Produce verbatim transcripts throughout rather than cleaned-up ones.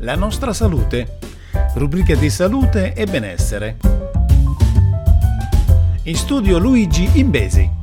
La nostra salute, rubrica di salute e benessere. In studio Luigi Imbesi.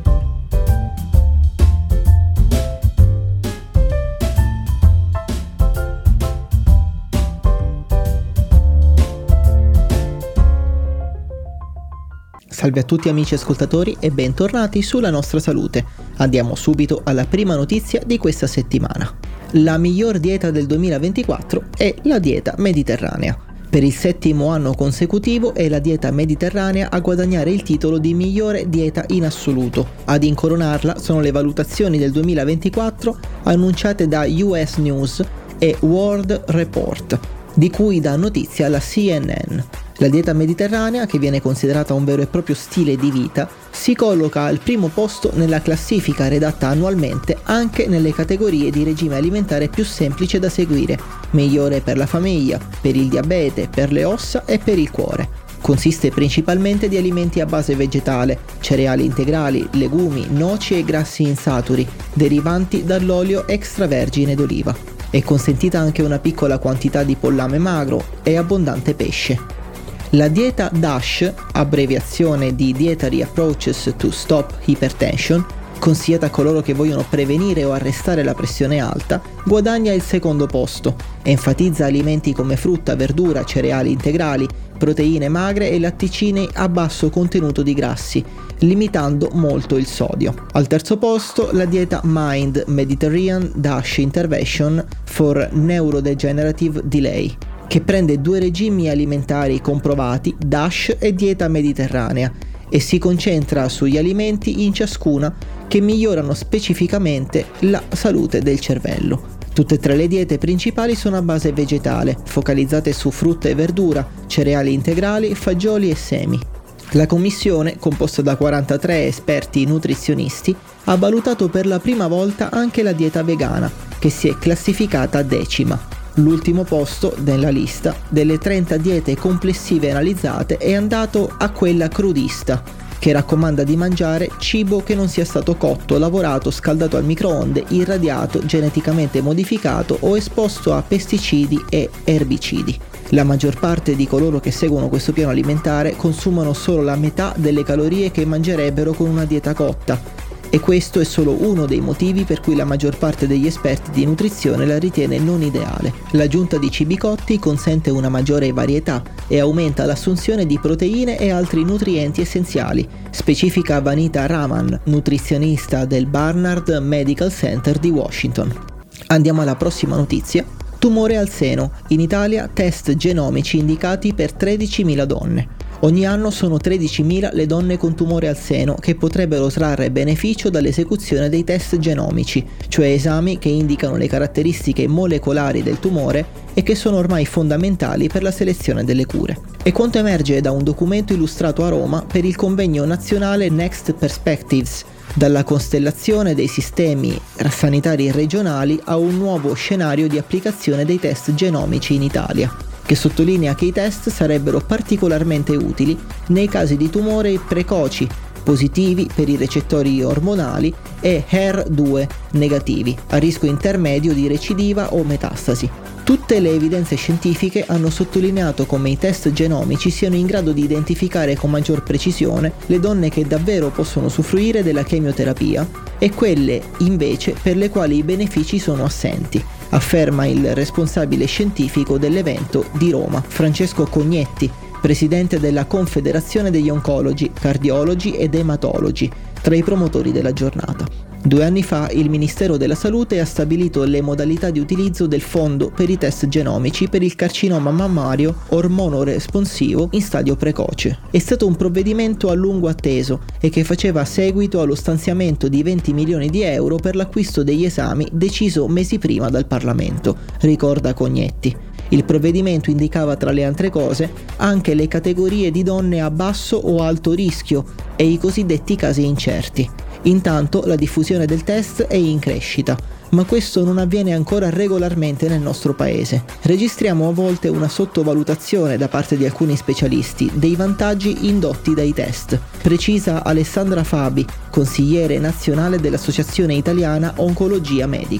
Salve a tutti amici ascoltatori e bentornati sulla nostra salute. Andiamo subito alla prima notizia di questa settimana. La miglior dieta del duemilaventiquattro è la dieta mediterranea. Per il settimo anno consecutivo è la dieta mediterranea a guadagnare il titolo di migliore dieta in assoluto. Ad incoronarla sono le valutazioni del duemilaventiquattro annunciate da U S News e World Report, di cui dà notizia la C N N. La dieta mediterranea, che viene considerata un vero e proprio stile di vita, si colloca al primo posto nella classifica redatta annualmente anche nelle categorie di regime alimentare più semplice da seguire, migliore per la famiglia, per il diabete, per le ossa e per il cuore. Consiste principalmente di alimenti a base vegetale, cereali integrali, legumi, noci e grassi insaturi, derivanti dall'olio extravergine d'oliva. È consentita anche una piccola quantità di pollame magro e abbondante pesce. La dieta DASH, abbreviazione di Dietary Approaches to Stop Hypertension, consigliata a coloro che vogliono prevenire o arrestare la pressione alta, guadagna il secondo posto. Enfatizza alimenti come frutta, verdura, cereali integrali, proteine magre e latticini a basso contenuto di grassi, limitando molto il sodio. Al terzo posto la dieta MIND Mediterranean DASH Intervention for Neurodegenerative Delay, che prende due regimi alimentari comprovati, DASH e dieta mediterranea, e si concentra sugli alimenti in ciascuna che migliorano specificamente la salute del cervello. Tutte e tre le diete principali sono a base vegetale, focalizzate su frutta e verdura, cereali integrali, fagioli e semi. La commissione, composta da quarantatré esperti nutrizionisti, ha valutato per la prima volta anche la dieta vegana, che si è classificata decima. L'ultimo posto nella lista delle trenta diete complessive analizzate è andato a quella crudista, che raccomanda di mangiare cibo che non sia stato cotto, lavorato, scaldato al microonde, irradiato, geneticamente modificato o esposto a pesticidi e erbicidi. La maggior parte di coloro che seguono questo piano alimentare consumano solo la metà delle calorie che mangerebbero con una dieta cotta. E questo è solo uno dei motivi per cui la maggior parte degli esperti di nutrizione la ritiene non ideale. L'aggiunta di cibi cotti consente una maggiore varietà e aumenta l'assunzione di proteine e altri nutrienti essenziali, specifica Vanita Raman, nutrizionista del Barnard Medical Center di Washington. Andiamo alla prossima notizia. Tumore al seno. In Italia test genomici indicati per tredicimila donne. Ogni anno sono tredicimila le donne con tumore al seno che potrebbero trarre beneficio dall'esecuzione dei test genomici, cioè esami che indicano le caratteristiche molecolari del tumore e che sono ormai fondamentali per la selezione delle cure. E quanto emerge da un documento illustrato a Roma per il convegno nazionale Next Perspectives, dalla costellazione dei sistemi sanitari regionali a un nuovo scenario di applicazione dei test genomici in Italia, che sottolinea che i test sarebbero particolarmente utili nei casi di tumori precoci, positivi per i recettori ormonali e H E R due negativi, a rischio intermedio di recidiva o metastasi. Tutte le evidenze scientifiche hanno sottolineato come i test genomici siano in grado di identificare con maggior precisione le donne che davvero possono usufruire della chemioterapia e quelle, invece, per le quali i benefici sono assenti, afferma il responsabile scientifico dell'evento di Roma, Francesco Cognetti, presidente della Confederazione degli Oncologi, Cardiologi ed Ematologi, tra i promotori della giornata. Due anni fa il Ministero della Salute ha stabilito le modalità di utilizzo del fondo per i test genomici per il carcinoma mammario ormonoresponsivo in stadio precoce. È stato un provvedimento a lungo atteso e che faceva seguito allo stanziamento di venti milioni di euro per l'acquisto degli esami deciso mesi prima dal Parlamento, ricorda Cognetti. Il provvedimento indicava tra le altre cose anche le categorie di donne a basso o alto rischio e i cosiddetti casi incerti. Intanto la diffusione del test è in crescita, ma questo non avviene ancora regolarmente nel nostro paese. Registriamo a volte una sottovalutazione da parte di alcuni specialisti dei vantaggi indotti dai test, precisa Alessandra Fabi, consigliere nazionale dell'Associazione Italiana Oncologia Medica.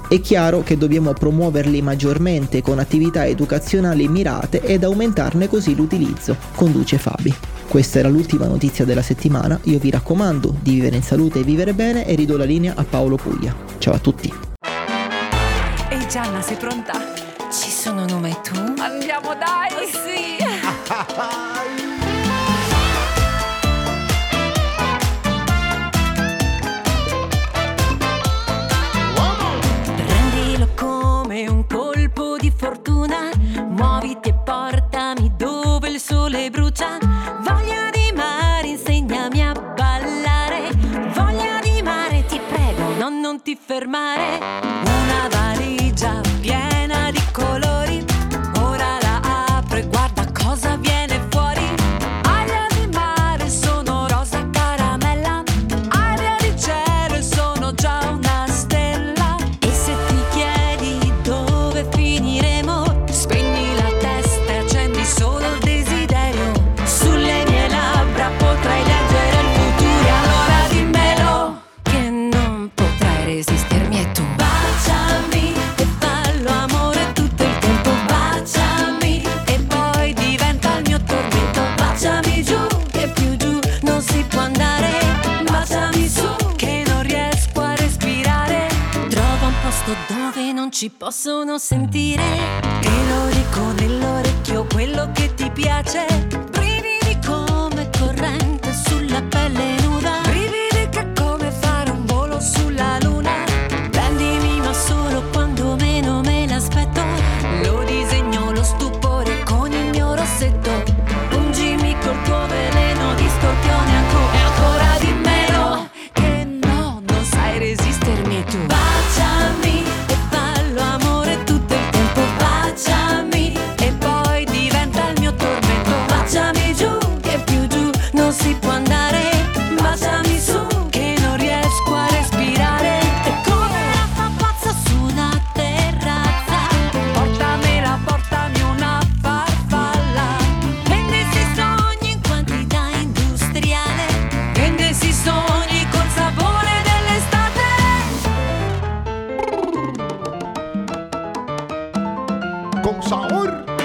È chiaro che dobbiamo promuoverli maggiormente con attività educazionali mirate ed aumentarne così l'utilizzo, conduce Fabi. Questa era l'ultima notizia della settimana, io vi raccomando di vivere in salute e vivere bene e ridò la linea a Paolo Puglia. Ciao a tutti. Ehi Gianna, sei pronta? Ci sono nome e tu? Andiamo dai! Oh, sì! Prendilo come un colpo di fortuna, muoviti e portami dove il sole brucia. Voglia di mare, insegnami a ballare. Voglia di mare, ti prego, no, non ti fermare. Una valigia piena di colori, ora la apro e guarda cosa viene fuori. Aria di mare, sono rosa e caramella. Aria di cielo e sono già una stella. E se ti chiedi dove finiremo, spegni la testa e accendi solo il desiderio. Sulle mie labbra potrai leggere il futuro. E allora dimmelo che non potrai resistermi e tu. Baciami e fallo amore tutto il tempo. Baciami e poi diventa il mio tormento. Baciami giù che più giù non si può andare. Baciami su che non riesco a respirare. Trova un posto dove non ci possono sentire e lo dico nell'orecchio quello che ti piace. Brividi come corrente sulla pelle nuda. Brividi che è come fare un volo sulla luna. Prendimi ma solo quando meno me l'aspetto. Lo disegno lo stupore con il mio rossetto. Ungimi col tuo veleno di scorpione ancora. E ancora dimmelo che no, non sai resistermi tu. Baciami e fallo amore tutto il tempo. Baciami e poi diventa il mio tormento. Baciami giù che più giù non si può andare. Baciami su che non riesco a respirare. E come la fa pazza su una terrazza. Portamela, portami una farfalla. Vendesi sogni in quantità industriale. Vendesi sogni col sapore dell'estate. Con sabor